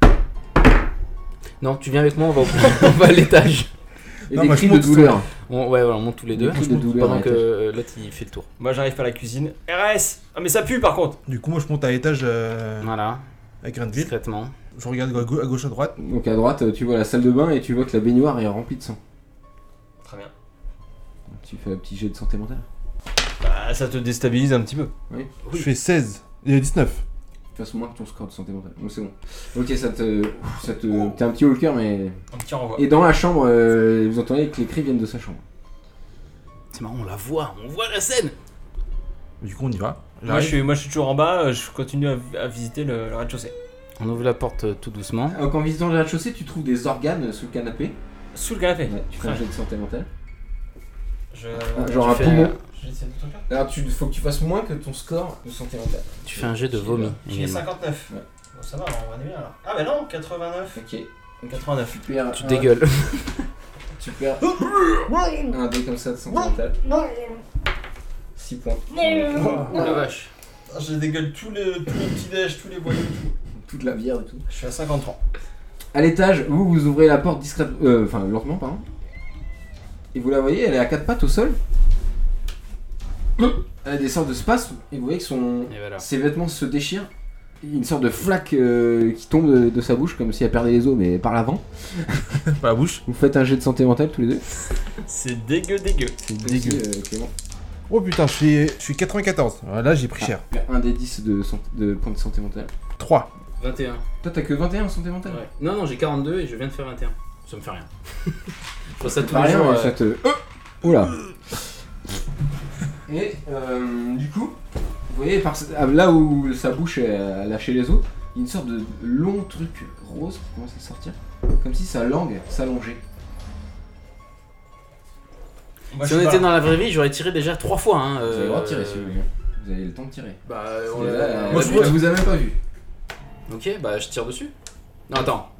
Non, tu viens avec moi, on va à l'étage. Et Non, des moi, cris je de monte douleur. Ouais, voilà, on monte tous les deux. Des cris de douleur à Pendant l'étage. que l'autre il fait le tour. Moi j'arrive par la cuisine. RS. Ah mais ça pue par contre. Du coup, moi je monte à l'étage Voilà, avec Grandville. discrètement. Je regarde à gauche à droite. Donc à droite, tu vois la salle de bain et tu vois que la baignoire est remplie de sang. Très bien. Tu fais un petit jet de santé mentale. Bah ça te déstabilise un petit peu. Je fais 16. Il y a 19. Tu fasses moins que ton score de santé mentale. Donc c'est bon. Ok, t'es un petit haut le cœur, mais. Un petit renvoi. Et dans la chambre, vous entendez que les cris viennent de sa chambre. C'est marrant, on la voit, on voit la scène. Du coup, on y va. Moi je suis toujours en bas, je continue à visiter le rez-de-chaussée. On ouvre la porte tout doucement. Donc en visitant le rez-de-chaussée, tu trouves des organes sous le canapé. Sous le canapé. Ouais, tu fais un jet de santé mentale. Je... Genre tu un fais poumon. J'ai essayé de trucs là. Alors faut que tu fasses moins que ton score de santé mentale. Tu fais un jet de vomi. J'ai également. 59. Ouais. Bon ça va, on est bien alors. Ah bah non, 89. Ok. 89. Tu perds Tu dégueules. Tu perds un dé comme ça de santé mentale. 6 points. Oh la vache. Je dégueule tous les petits-déj, tous les voyous. Toute la bière et tout. Je suis à 53. À l'étage, vous ouvrez la porte discrètement, enfin lentement, pardon. Et vous la voyez, elle est à 4 pattes au sol. Elle a des sortes de spasmes, et vous voyez que Et voilà. ses vêtements se déchirent. Il y a une sorte de flaque qui tombe de sa bouche, comme si elle perdait les os, mais par l'avant. Pas la bouche. Vous faites un jet de santé mentale tous les deux. C'est dégueu. C'est dégueu. Clément. Oh putain, je suis 94. Alors là, j'ai pris cher. Un des 10 de points de santé mentale. 3. 21. Toi, t'as que 21 en santé mentale. Ouais. Non, j'ai 42 et je viens de faire 21. Ça me fait rien. Je fais ça tous Pas les rien, jours. mais ça te. Oula. Et du coup, vous voyez, là où sa bouche a lâché les os, il y a une sorte de long truc rose qui commence à sortir. Comme si sa langue s'allongeait. Si on était dans la vraie vie, j'aurais tiré déjà 3 fois. Hein, Vous avez le droit de tirer si vous voulez. Vous avez le temps de tirer. Bah, Moi, elle vous a même pas vu. Ok, bah je tire dessus. Non, attends.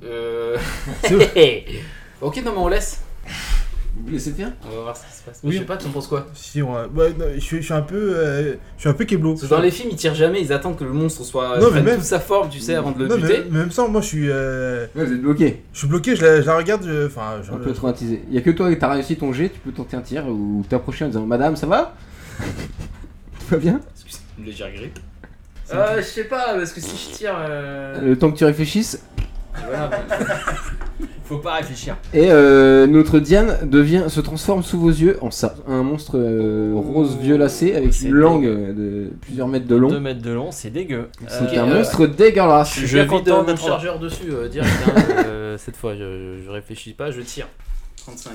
Ok, non, mais on laisse. Vous laissez faire. On va voir ce qui se passe. Oui. Je sais pas, tu en penses quoi? Si, non, je suis un peu kéblo. Parce que dans les films, ils tirent jamais, ils attendent que le monstre soit Non, mais prenne même- toute sa forme, tu sais, avant de le Non, buter. mais même sans, moi je suis. Ouais, vous êtes bloqué. Je suis bloqué, je la regarde, enfin. Un peu traumatisé. Il y a que toi qui t'as réussi ton jet, tu peux tenter un tir ou t'approcher en disant Madame, ça va? Tout va bien? Excusez, une légère grippe. Je sais pas, parce que si je tire. Le temps que tu réfléchisses. Voilà, Faut pas réfléchir. Et notre Diane se transforme sous vos yeux en ça. Un monstre rose violacé avec C'est une langue de plusieurs mètres de 2 long. mètres de long, c'est dégueu. C'est un monstre dégueulasse. Je suis je bien vide content mon d'être là. chargeur dessus, direct. Hein, cette fois, je réfléchis pas, je tire. 35.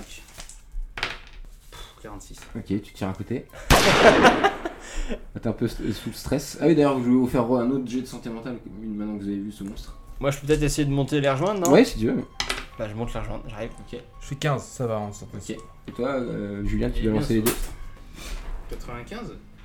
46. Ok, tu tires à côté. T'es un peu sous le stress. Ah oui, d'ailleurs, je vais vous faire un autre jet de santé mentale maintenant que vous avez vu ce monstre. Moi, je peux peut-être essayer de monter les rejoindre, non? Ouais, si tu veux. Bah, je monte les rejoindre, j'arrive. Ok. Je fais 15, ça va, ça passe. Ok. Et toi, Julien, tu Et dois bien lancer les sûr. deux. 95.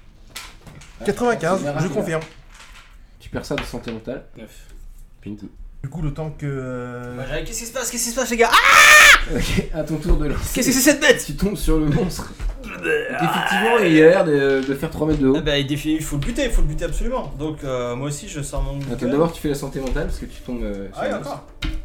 95, c'est je rapide. confirme. Tu perds ça de santé mentale. 9. Pinky. Du coup, le temps que. Bah, j'arrive. Qu'est-ce qui se passe? Qu'est-ce qui se passe, les gars? Ah! Ok, à ton tour de lancer. Qu'est-ce que c'est cette bête? Tu tombes sur le monstre. Effectivement, il a l'air de faire 3 mètres de haut. Ah bah, il faut le buter absolument. Donc, moi aussi, je sors mon. Attends, d'abord, tu fais la santé mentale parce que tu tombes sur Ah, le d'accord.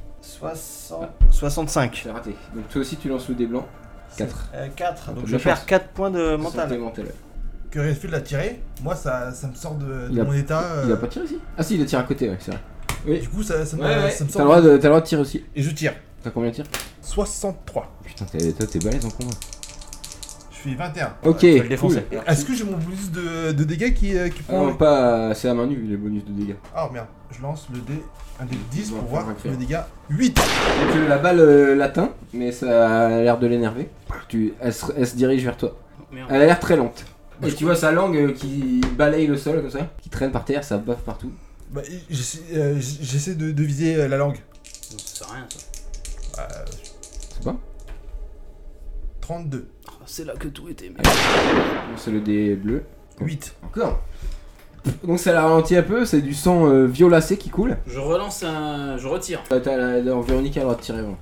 65. C'est raté. Donc toi aussi tu lances le dé blanc. 4. 4. Donc, de je la perds chance. 4 points de Santé mental. mentale. Que Redfield l'a tiré, moi ça me sort de Il a- mon état. Il a pas tiré ici? Ah si, il a tiré à côté, ouais, c'est vrai. Oui. Du coup, ça me T'as sort. le droit de tirer aussi. Et je tire. T'as combien de tirs? 63. Putain, toi t'es balèze en combat. Je fais 21. Ok, Tu vas le défoncer. cool. Est-ce que j'ai mon bonus de dégâts qui Ah prend. non, pas. C'est à main nue les bonus de dégâts. Ah merde, je lance le dé. Un dé de 10 On va pour faire voir un crit. le dégât. 8. Donc la balle l'atteint, mais ça a l'air de l'énerver. Elle se dirige vers toi. Merde. Elle a l'air très lente. Et tu vois sa langue qui balaye le sol comme ça, qui traîne par terre, ça baffe partout. Bah, j'essaie de viser la langue. Non, ça sert à rien ça. C'est pas? 32. Oh, c'est là que tout était. Mais... C'est le dé bleu. 8. Encore. Donc ça la ralentit un peu, c'est du sang violacé qui coule. Je relance un. Je retire. T'as Véronique a le droit de tirer. Voilà.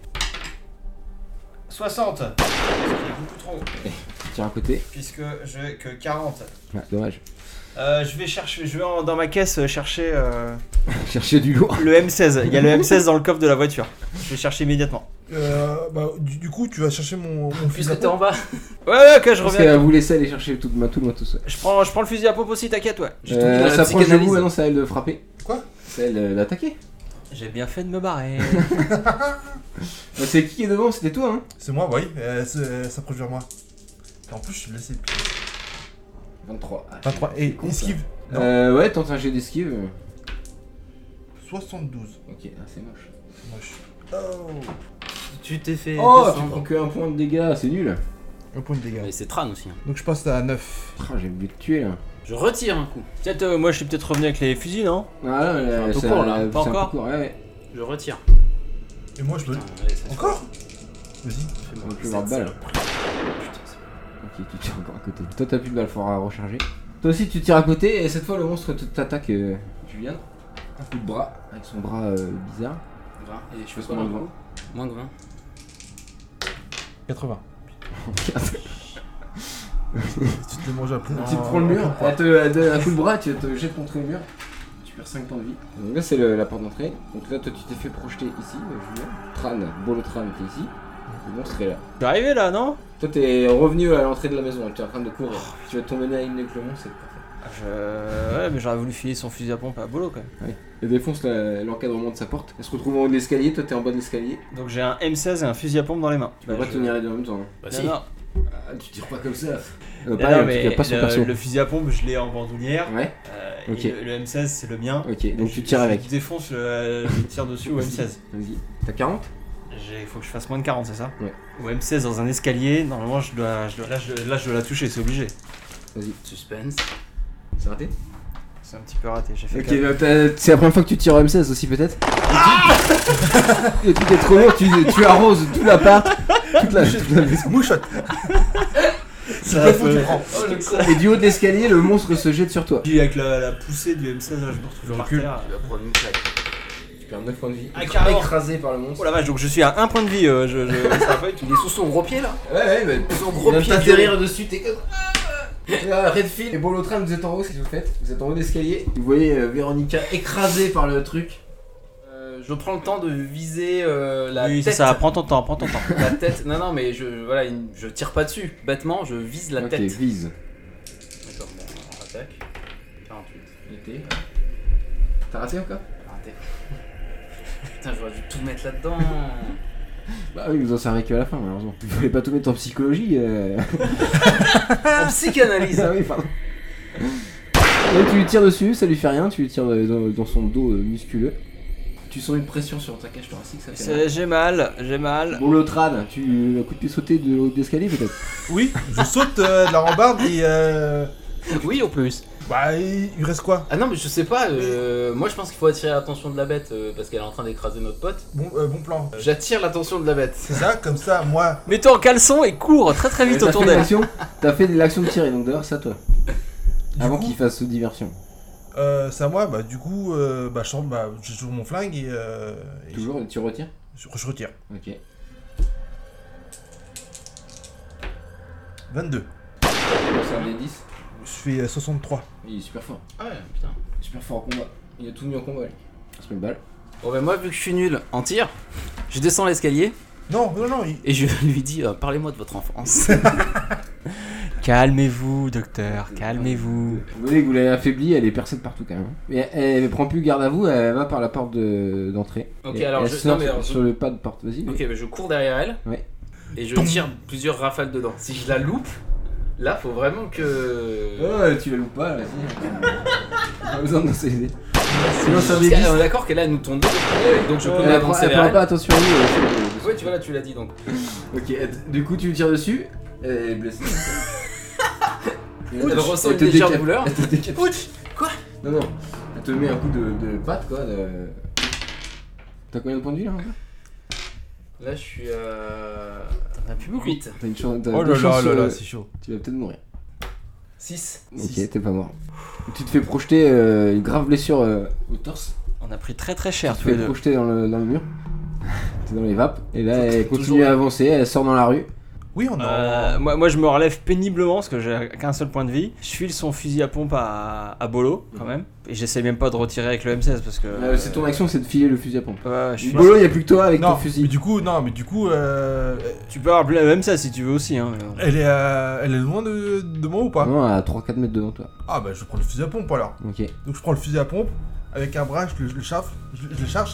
60. C'est beaucoup trop. Tu tires à côté. Puisque j'ai que 40. Ouais, dommage. Je vais dans ma caisse chercher Chercher du lourd. le M16. Il y a le M16 dans le coffre de la voiture. Je vais chercher immédiatement. Bah, du coup, tu vas chercher mon fusil Puisque à t'es en pompe. bas. Ouais, ok, je Parce reviens. qu'elle vous laissait aller chercher tout le matos. Je prends le fusil à pompe aussi, t'inquiète, ouais. J'ai tout mis dans la Elle s'approche de psychanalyse. vous, maintenant c'est à elle de frapper. Quoi? C'est à elle d'attaquer. J'ai bien fait de me barrer. C'est qui est devant? C'était toi, hein? C'est moi, oui. Elle s'approche vers moi. Et en plus, je suis blessé. 23. Ah, 23. Et con, ça. esquive. Non. Ouais, tente un jet d'esquive. 72. Ok, ah, c'est moche. Moche. Oh. Tu t'es fait. Oh, tu descendre. prends que un point de dégâts, c'est nul. Un point de dégâts. Mais c'est Tran aussi. Hein. Donc je passe à 9. Ah, j'ai voulu te tuer là. Je retire un coup. Peut-être, moi je suis peut-être revenu avec les fusils, non? Ah là, un peu court, là. Pas encore court, ouais. Je retire. Et moi, je peux. Putain, allez, ça se Encore? Vas-y. On va plus avoir de balles. Ok, tu tires encore à côté. Toi, t'as plus de balles, faudra recharger. Toi aussi, tu tires à côté et cette fois, le monstre t'attaque, Julien. Un coup de bras, avec son bras bizarre. 20. Et je fais fais quoi quoi dans dans le le coup Moins de 20. 80. Tu te l'es mangé à plein. Tu te prends le mur, elle te donne un coup de bras, tu te jettes contre le mur. Tu perds 5 points de vie. Donc là, c'est la porte d'entrée. Donc là, toi, tu t'es fait projeter ici, Julien. Tran, Bolotran était ici. Le monstre est là. Je suis arrivé là, non? Toi, t'es revenu à l'entrée de la maison, tu es en train de courir. Tu vas tomber à une avec le monstre, c'est parfait. Ouais, mais j'aurais voulu filer son fusil à pompe à Bolo quand même. Elle défonce l'encadrement de sa porte. Elle se retrouve en haut de l'escalier, toi t'es en bas de l'escalier. Donc j'ai un M16 et un fusil à pompe dans les mains. Tu peux pas tenir les deux en même temps. Hein. Bah Non, si. non. Ah, tu tires pas comme ça. Non, Pareil, non, mais tu pas son perso. le fusil à pompe, je l'ai en bandoulière. Ouais, ok. Et le M16, c'est le mien. ok, donc Je- tu tires avec. Je défonce, je tire dessus au M16. Vas-y. T'as 40? Il faut que je fasse moins de 40, c'est ça? Ouais. Au M16 dans un escalier, normalement je dois la toucher, c'est obligé. Vas-y. Suspense. C'est raté? C'est un petit peu raté, j'ai fait Ok, c'est la première fois que tu tires au M16 aussi peut-être. Et tout est trop lourd, tu arroses tout l'appart, toute la maison. Mouchotte. Ça a Tu fait- prends. Et du haut de l'escalier, le monstre se jette sur toi. Puis avec la poussée du M16, là, je me retrouve par terre. Tu vas prendre une claque. Tu perds 9 points de vie. Ah, carrément. Écrasé par le monstre. Oh la vache, donc je suis à 1 point de vie. Ça va pas du tout. Il est sous son gros pied là. Ouais, mais Son gros pied. t'atterrir dessus, t'es comme. Redfield et Bolotram, vous êtes en haut, qu'est-ce que vous faites? Vous êtes en haut d'escalier, vous voyez Véronica écrasée par le truc. Je prends le temps de viser la Oui, tête. c'est ça, prends ton temps. La tête. Non, mais je tire pas dessus. Bêtement, je vise la Ok, tête. vise. D'accord, bon, on attaque. 48. Été. T'as raté encore? Raté. Putain, j'aurais dû tout mettre là-dedans. Bah oui, vous en servez que à la fin, malheureusement. Vous voulez pas tout mettre en psychologie En psychanalyse. Ah oui, pardon. Là, tu lui tires dessus, ça lui fait rien, tu lui tires dans son dos musculeux. Tu sens une pression sur ta cage thoracique, ça fait mal. J'ai mal. Bon, l'autre âne, tu as coup de pied sauté de haut d'escalier peut-être? Oui, je saute de la rambarde et Oui, en plus. bah il reste quoi? Ah non, mais je sais pas. Moi, je pense qu'il faut attirer l'attention de la bête parce qu'elle est en train d'écraser notre pote. Bon plan. J'attire l'attention de la bête. C'est ça, comme ça, moi. Mets-toi en caleçon et cours très vite autour d'elle. T'as fait l'action de tirer, donc d'ailleurs, c'est à toi. Avant coup- qu'il fasse diversion. C'est à moi, bah du coup, j'ai toujours mon flingue et Toujours, tu retires? je retire. Ok. 22. C'est un des 10. Je fais 63. Il est super fort. Ah ouais, putain. Super fort en combat. Il a tout mis en combat, lui. On se met une balle. Bon, ben moi, vu que je suis nul en tir, je descends l'escalier Non, et je lui dis parlez-moi de votre enfance. Calmez-vous, docteur, calmez-vous. Vous voyez que vous l'avez affaiblie, elle est percée de partout quand même. Et elle prend plus garde à vous, elle va par la porte d'entrée. Ok, Et alors elle je- sort non, mais alors, sur le pas de porte, vas-y. Ok, ben je cours derrière elle Ouais. et je tire plusieurs rafales dedans. Si je la loupe, là, faut vraiment que. Ouais, tu la loupes pas, vas-y. Pas besoin de s'aider. Sinon, ça Parce qu'on est d'accord qu'elle là, elle nous tombe dessus. Donc je peux Elle m'avancer vers prend elle. pas attention à lui. Ouais, tu vois là, tu l'as dit donc. Ok, du coup, tu lui tires dessus, elle est blessée. Elle ressent une légère douleur. Elle te décapite. Quoi? Non, non, elle te met un coup de patte quoi. T'as combien de points de vie là? Là, je suis à. T'en as plus beaucoup. 8. T'as une chance. t'as Oh deux là chances, là là là, c'est chaud. Tu vas peut-être mourir. 6. Ok, t'es pas mort. Tu te fais projeter une grave blessure au torse. On a pris très cher Tu tous te les fais deux. projeter dans le mur. T'es dans les vapes. Et là, elle continue toujours- à avancer, elle sort dans la rue. Oui, on a. Moi je me relève péniblement parce que j'ai qu'un seul point de vie. Je file son fusil à pompe à Bolo quand même. Et j'essaie même pas de retirer avec le M16 parce que. C'est ton action, c'est de filer le fusil à pompe. Ouais, je suis. Bolo, y a plus que toi avec Non, ton fusil. mais du coup, Tu peux avoir le M16 si tu veux aussi. Hein, mais... elle est loin de moi ou pas? Non, à 3-4 mètres devant toi. Ah bah je prends le fusil à pompe alors. Ok. Donc je prends le fusil à pompe avec un bras, je le charge, je le charge.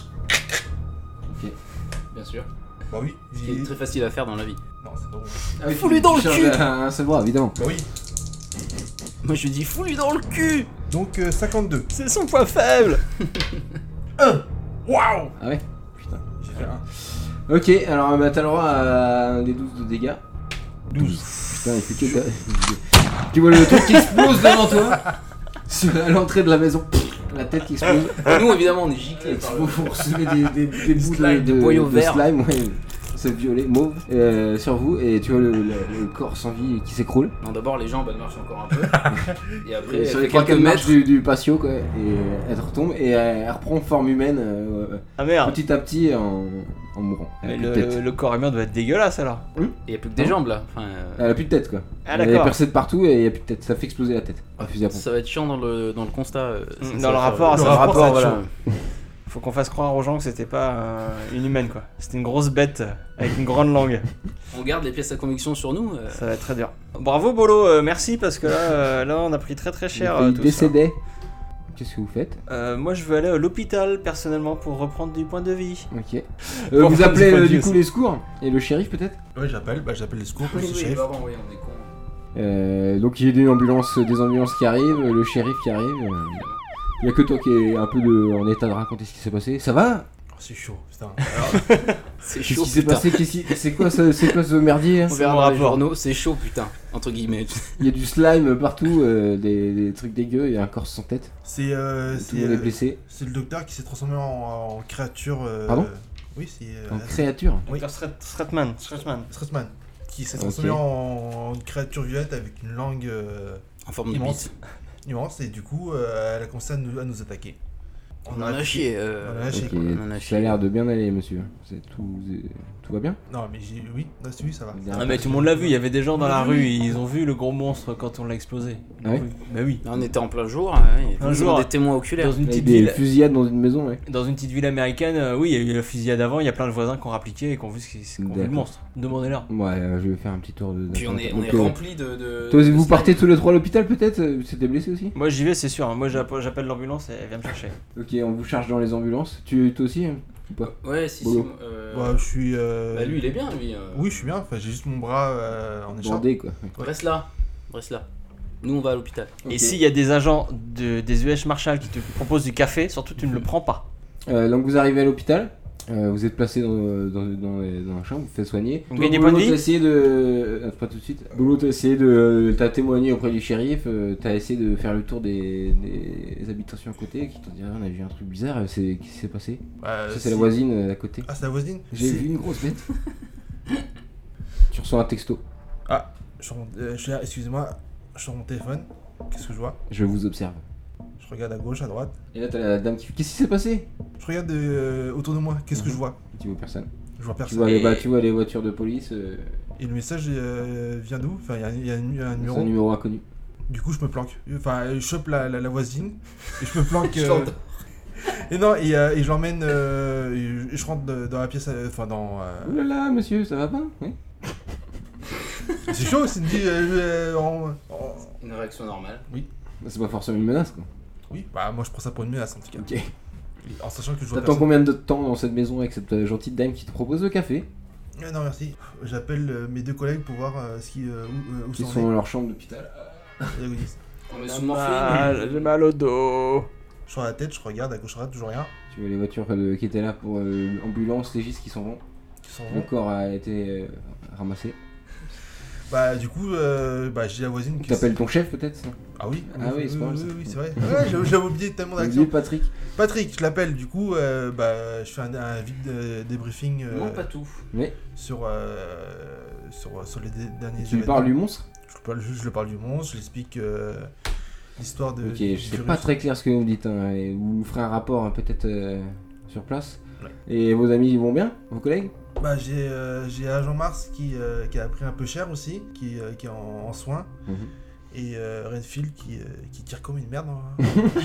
Bien sûr. Bah oui. Ce qui est très facile à faire dans la vie. Non, c'est pas bon. Ah oui, Fous-lui dans le charges cul. Un seul bras, évidemment. Bah oui. Moi, je lui dis fous-lui dans le cul. Donc 52. C'est son point faible. 1. Waouh. Ah ouais. Putain. J'ai fait 1. Ok, alors bah, t'as le droit à un des 12 de dégâts. 12. Putain, il fait que. Tu vois le truc qui explose devant toi. À l'entrée de la maison. La tête qui explose. Nous, évidemment, on est giclés par le. Vous recevez des bouts slime, des boyaux de verts. slime, ouais. C'est violet, mauve, sur vous, et tu vois le corps sans vie qui s'écroule. Non, d'abord, les jambes, elles marchent encore un peu. Et après, Et sur elle les fait quelques 3-4 mètres. mètres du patio, quoi, et elle retombe, et elle reprend forme humaine Ah merde. petit à petit en mourant. Elle a Mais plus de tête. le corps humain doit être dégueulasse alors. Il y a plus que des jambes là. Enfin, Elle a plus de tête, quoi. Ah Elle est d'accord. percée de partout, et il y a plus de tête. Ça fait exploser la tête. Un fusil à pompe. ça va être chiant dans le constat. Dans le rapport, le ça rapport, ça va être voilà. Faut qu'on fasse croire aux gens que c'était pas une humaine quoi. C'était une grosse bête avec une grande langue. On garde les pièces à conviction sur nous. Ça va être très dur. Bravo Bolo, merci parce que là on a pris très cher. Il Tout ça. décédait. Qu'est-ce que vous faites? Moi je veux aller à l'hôpital personnellement pour reprendre du point de vie. Ok. Bon, Vous appelez c'est pas du Dieu, coup ça. les secours et le shérif peut-être? Ouais, j'appelle les secours, Oui, le oui, shérif. pardon, oui, on est con. Donc il y a des ambulances qui arrivent, le shérif qui arrive. Il y a que toi qui est un peu en état de raconter ce qui s'est passé. Ça va? C'est chaud, putain. C'est Qu'est-ce chaud, qui s'est putain. passé? C'est quoi ce merdier là? On verra mon dans les rapport. journaux, c'est chaud, putain. Entre guillemets. Il y a du slime partout, des trucs dégueux, il y a un corps sans tête. C'est Tout le monde est blessé. c'est le docteur qui s'est transformé en créature. Pardon? Oui, c'est. En créature. Oui. Dr. Stratman. Stressman. Qui s'est transformé en créature violette avec une langue En forme de immense. bite. Immense, et du coup, elle a commencé à nous attaquer. On en a chié. On en a lâché, Ok, quoi. On en a ça chié. a l'air de bien aller, monsieur. Tout va bien? Non, mais oui, oui, ça va. Ah mais tout le monde l'a vu, il y avait des gens dans la rue, ils ont vu le gros monstre quand on l'a explosé. Ah ouais? Bah oui. Là, on était en plein jour, ouais, Un jour, des témoins oculaires. Dans une Il y a petite des ville, fusillades dans une maison, ouais. dans une petite ville américaine, oui, il y a eu la fusillade avant, il y a plein de voisins qui ont rappliqué et qui ont vu, qui ont vu le D'accord. monstre. Demandez-leur. Ouais, je vais faire un petit tour de. Puis on est Donc, rempli de. toi, de vous slime. partez tous les trois à l'hôpital peut-être? C'était blessé aussi? Moi j'y vais, c'est sûr. Moi j'appelle l'ambulance et elle vient me chercher. Ok, on vous charge dans les ambulances. Toi aussi hein, ou pas? Ouais, si, Boulot. Bah, je suis. Bah, lui, il est bien, lui. Oui, je suis bien. Enfin, j'ai juste mon bras en écharpe. Bordé quoi. Reste là. Reste là. Nous, on va à l'hôpital. Et Ok. s'il y a des agents des US Marshall qui te proposent du café, surtout tu ne le prends pas. Donc vous arrivez à l'hôpital. Vous êtes placé dans la chambre, vous faites soigner. Vous Toi, gagnez des points de Bolo, vie t'as essayé de. Pas tout de suite. Bolo, t'as essayé de. T'as témoigné auprès du shérif, t'as essayé de faire le tour des habitations à côté qui t'ont dit on a vu un truc bizarre, qu'est-ce qui s'est passé? Bah, Ça, c'est la voisine à côté. Ah, c'est la voisine? J'ai C'est- vu une grosse bête. Tu reçois un texto. Je suis je suis là, excusez-moi, je suis sur mon téléphone. Qu'est-ce que je vois? Je vous observe. Je regarde à gauche, à droite. Et là, t'as la dame qui fait qu'est-ce qui s'est passé? Je regarde autour de moi. Qu'est-ce que je vois? Tu vois personne. Je vois Tu personne. vois, tu vois les voitures de police. Et le message vient d'où? Enfin, il y a un C'est numéro. un numéro inconnu. Du coup, je me planque. Enfin, je chope la voisine et je me planque. Je l'entends. Et non, et je l'emmène. Et je rentre dans la pièce. Enfin, dans. Ouh là là, monsieur, ça va pas? Oui. C'est chaud, c'est dit. Une réaction normale. C'est pas forcément une menace quoi. Oui, bah moi je prends ça pour une menace en tout cas. Ok. En sachant que je vois T'attends personne. combien de temps dans cette maison avec cette gentille dame qui te propose le café? Non, merci. J'appelle mes deux collègues pour voir où Qui sont sont dans leur chambre d'hôpital. les agonistes. On est sous morphine. J'ai mal au dos. Je sors la tête, je regarde à gauche, à droite, toujours rien. Tu vois les voitures qui étaient là pour ambulance, légistes qui s'en vont. Qui sont Le corps a été ramassé. Bah du coup, bah j'ai la voisine qui. T'appelles ton chef peut-être ça? Ah oui. Ah oui, c'est pas mal, ça. Oui, c'est vrai. Ouais, j'avais oublié tellement T'as d'actions. oublié Patrick. Patrick, je l'appelle. Du coup, bah je fais un vide débriefing Non, pas tout. Mais sur les derniers. tu lui événements. parles du monstre? Je le parle du monstre. Je l'explique l'histoire de. Ok, du c'est virus. pas très clair ce que vous me dites. Hein. Et vous ferez un rapport hein, peut-être sur place. Ouais. Et vos amis ils vont bien? Vos collègues? Bah j'ai Agent Mars qui a pris un peu cher aussi, qui est en soins. Mhm. Et Redfield qui tire comme une merde. Hein.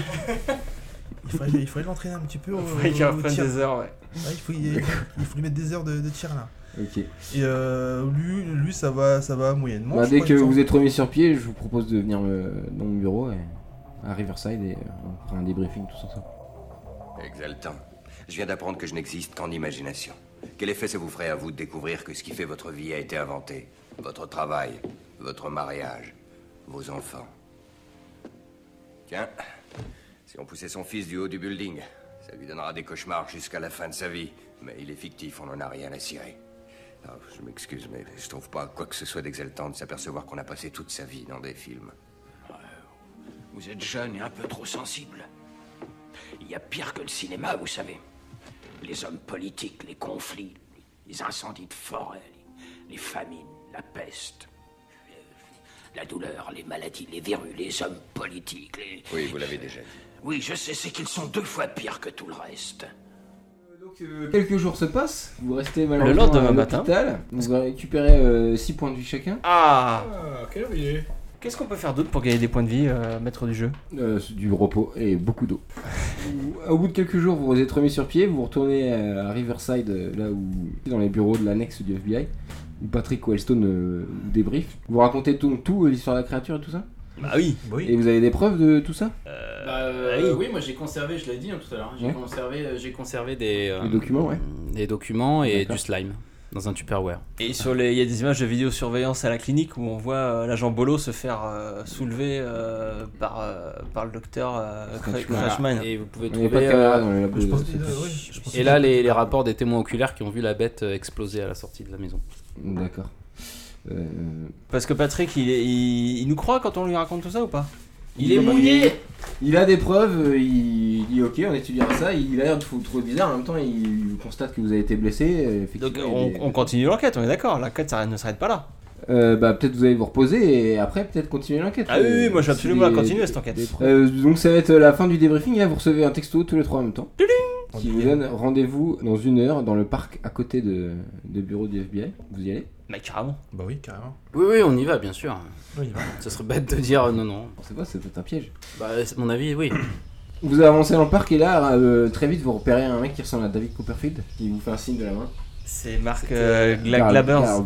il faudrait l'entraîner un petit peu au Il qu'il reprenne tir. des heures, ouais. Ouais, il faut lui mettre des heures de tir là. Ok. Et lui ça va moyennement. Bah, je dès crois, que il me vous semble. êtes remis sur pied, je vous propose de venir dans mon bureau à Riverside et on fera un débriefing tous ensemble. Exaltant. Je viens d'apprendre que je n'existe qu'en imagination. Quel effet ça vous ferait à vous de découvrir que ce qui fait votre vie a été inventé? Votre travail, votre mariage, vos enfants. Tiens, si on poussait son fils du haut du building, ça lui donnera des cauchemars jusqu'à la fin de sa vie. Mais il est fictif, on n'en a rien à cirer. Ah, je m'excuse, mais je trouve pas quoi que ce soit d'exaltant de s'apercevoir qu'on a passé toute sa vie dans des films. Vous êtes jeune et un peu trop sensible. Il y a pire que le cinéma, vous savez. Les hommes politiques, les conflits, les incendies de forêt, les famines, la peste, la douleur, les maladies, les verrues, les hommes politiques, les... Oui, vous l'avez déjà dit. Oui, je sais, c'est qu'ils sont 2 fois pires que tout le reste. Donc quelques jours se passent, vous restez malheureusement Le lendemain à matin. l'hôpital, vous récupérez 6 points de vie chacun. Ah, Quelle heure il est? qu'est-ce qu'on peut faire d'autre pour gagner des points de vie, maître du jeu? Du repos et beaucoup d'eau. Au bout de quelques jours, vous vous êtes remis sur pied, vous retournez à Riverside, là où dans les bureaux de l'annexe du FBI, où Patrick Wellstone vous débrief. Vous racontez tout l'histoire de la créature et tout ça. Bah oui. Et vous avez des preuves de tout ça? Oui, moi j'ai conservé, je l'ai dit tout à l'heure, hein, Ouais. j'ai conservé des Les documents, ouais. des documents et D'accord. du slime. dans un Tupperware. Et il y a des images de vidéosurveillance à la clinique où on voit l'agent Bolo se faire soulever par le docteur Crashman. Et vous pouvez Il n'y a pas de trouver. caméra dans les labos. Je pense de- Et là, les rapports des témoins oculaires qui ont vu la bête exploser à la sortie de la maison. D'accord. Parce que Patrick, il nous croit quand on lui raconte tout ça ou pas? Il est mouillé. Il a des preuves, il dit ok, on étudiera ça. Il a l'air de vous trouver bizarre, en même temps il constate que vous avez été blessé. Donc Effectivement, on continue l'enquête, on est d'accord. L'enquête ça ne s'arrête pas là. Bah peut-être vous allez vous reposer et après peut-être continuer l'enquête. Ah oui, moi je suis absolument à continuer cette enquête. Donc ça va être la fin du débriefing, là vous recevez un texto tous les trois en même temps. Qui vous donne rendez-vous dans 1 heure dans le parc à côté de bureau du FBI. Vous y allez? Bah carrément. Bah oui, carrément. Oui, on y va, bien sûr. On y va. Ce serait bête de dire non. Je sais pas, c'est peut-être un piège. Bah, à mon avis, oui. Vous avancez dans le parc et là, très vite, vous repérez un mec qui ressemble à David Copperfield, qui vous fait un signe de la main. C'est Marc Galders.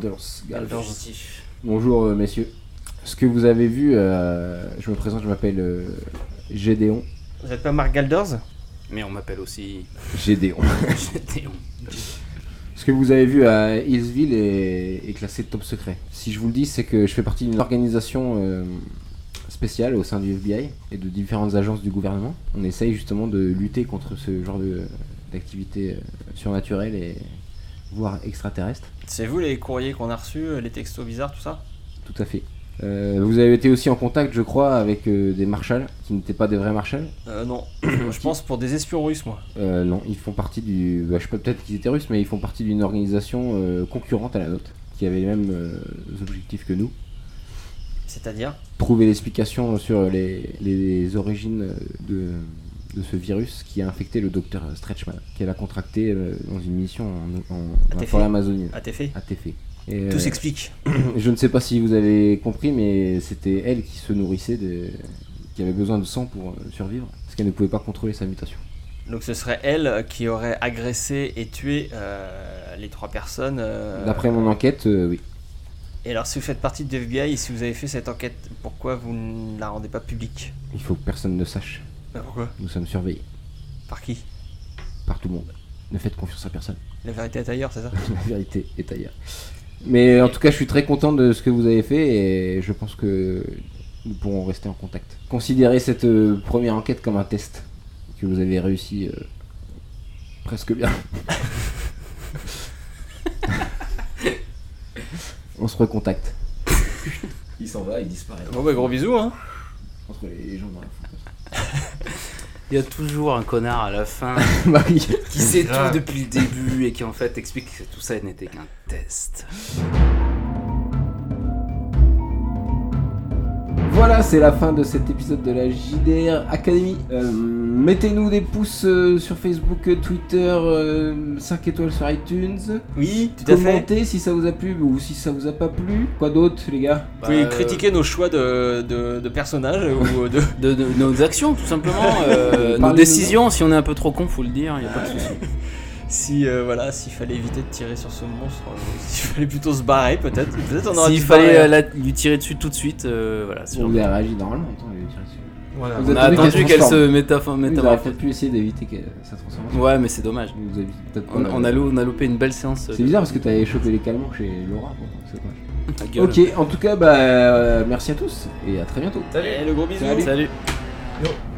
Bonjour messieurs. Ce que vous avez vu, je me présente, je m'appelle Gédéon. Vous êtes pas Marc Galders? Mais on m'appelle aussi Gédéon. Gédéon. Ce que vous avez vu à Hillsville est classé top secret. Si je vous le dis, c'est que je fais partie d'une organisation spéciale au sein du FBI et de différentes agences du gouvernement. On essaye justement de lutter contre ce genre d'activités surnaturelles et voire extraterrestres. C'est vous les courriers qu'on a reçus, les textos bizarres, tout ça? Tout à fait. Vous avez été aussi en contact, je crois, avec des marshals qui n'étaient pas des vrais marshals. Non, je pense pour des espions russes, moi. Non, ils font partie du. Bah, je sais pas, peut-être qu'ils étaient russes, mais ils font partie d'une organisation concurrente à la nôtre, qui avait les mêmes objectifs que nous. C'est-à-dire? Trouver l'explication sur les origines de ce virus qui a infecté le docteur Stretchman, qu'elle a contracté dans une mission dans la forêt amazonienne. À Téfé. Et, tout s'explique. Je ne sais pas si vous avez compris, mais c'était elle qui se nourrissait, qui avait besoin de sang pour survivre, parce qu'elle ne pouvait pas contrôler sa mutation. Donc ce serait elle qui aurait agressé et tué les 3 personnes. D'après mon enquête, oui. Et alors si vous faites partie de FBI et si vous avez fait cette enquête, pourquoi vous ne la rendez pas publique? Il faut que personne ne sache. Mais pourquoi? Nous sommes surveillés. Par qui? Par tout le monde. Ne faites confiance à personne. La vérité est ailleurs, c'est ça? La vérité est ailleurs. Mais en tout cas, je suis très content de ce que vous avez fait et je pense que nous pourrons rester en contact. Considérez cette première enquête comme un test que vous avez réussi presque bien. On se recontacte. Il s'en va, il disparaît. Bon bah gros bisous hein. Entre les gens dans la foule. Il y a toujours un connard à la fin Bah oui. qui sait tout depuis le début et qui en fait explique que tout ça n'était qu'un test. Voilà, c'est la fin de cet épisode de la JDR Academy. Mettez-nous des pouces sur Facebook, Twitter, 5 étoiles sur iTunes. Oui, tout à fait. Commentez si ça vous a plu ou si ça vous a pas plu. Quoi d'autre, les gars? Vous pouvez critiquer nos choix de personnages ou de nos actions, tout simplement. Nos décisions, si on est un peu trop con, faut le dire, il n'y a pas de souci. Si s'il fallait éviter de tirer sur ce monstre, s'il fallait plutôt se barrer peut-être on aurait s'il fallait lui tirer dessus tout de suite, voilà. On vous a réagi normalement, on lui a tiré dessus. Voilà. On a attendu qu'elle se métamorphose. Vous auriez peut-être pu essayer d'éviter sa transformation. Ouais, mais c'est dommage. Vous avez peut-être pas on a loupé une belle séance. C'est bizarre parce que t'avais chopé les calmants chez Laura. Bon, c'est dommage. Ok, en tout cas, merci à tous et à très bientôt. Salut, le gros bisou. Salut. Yo.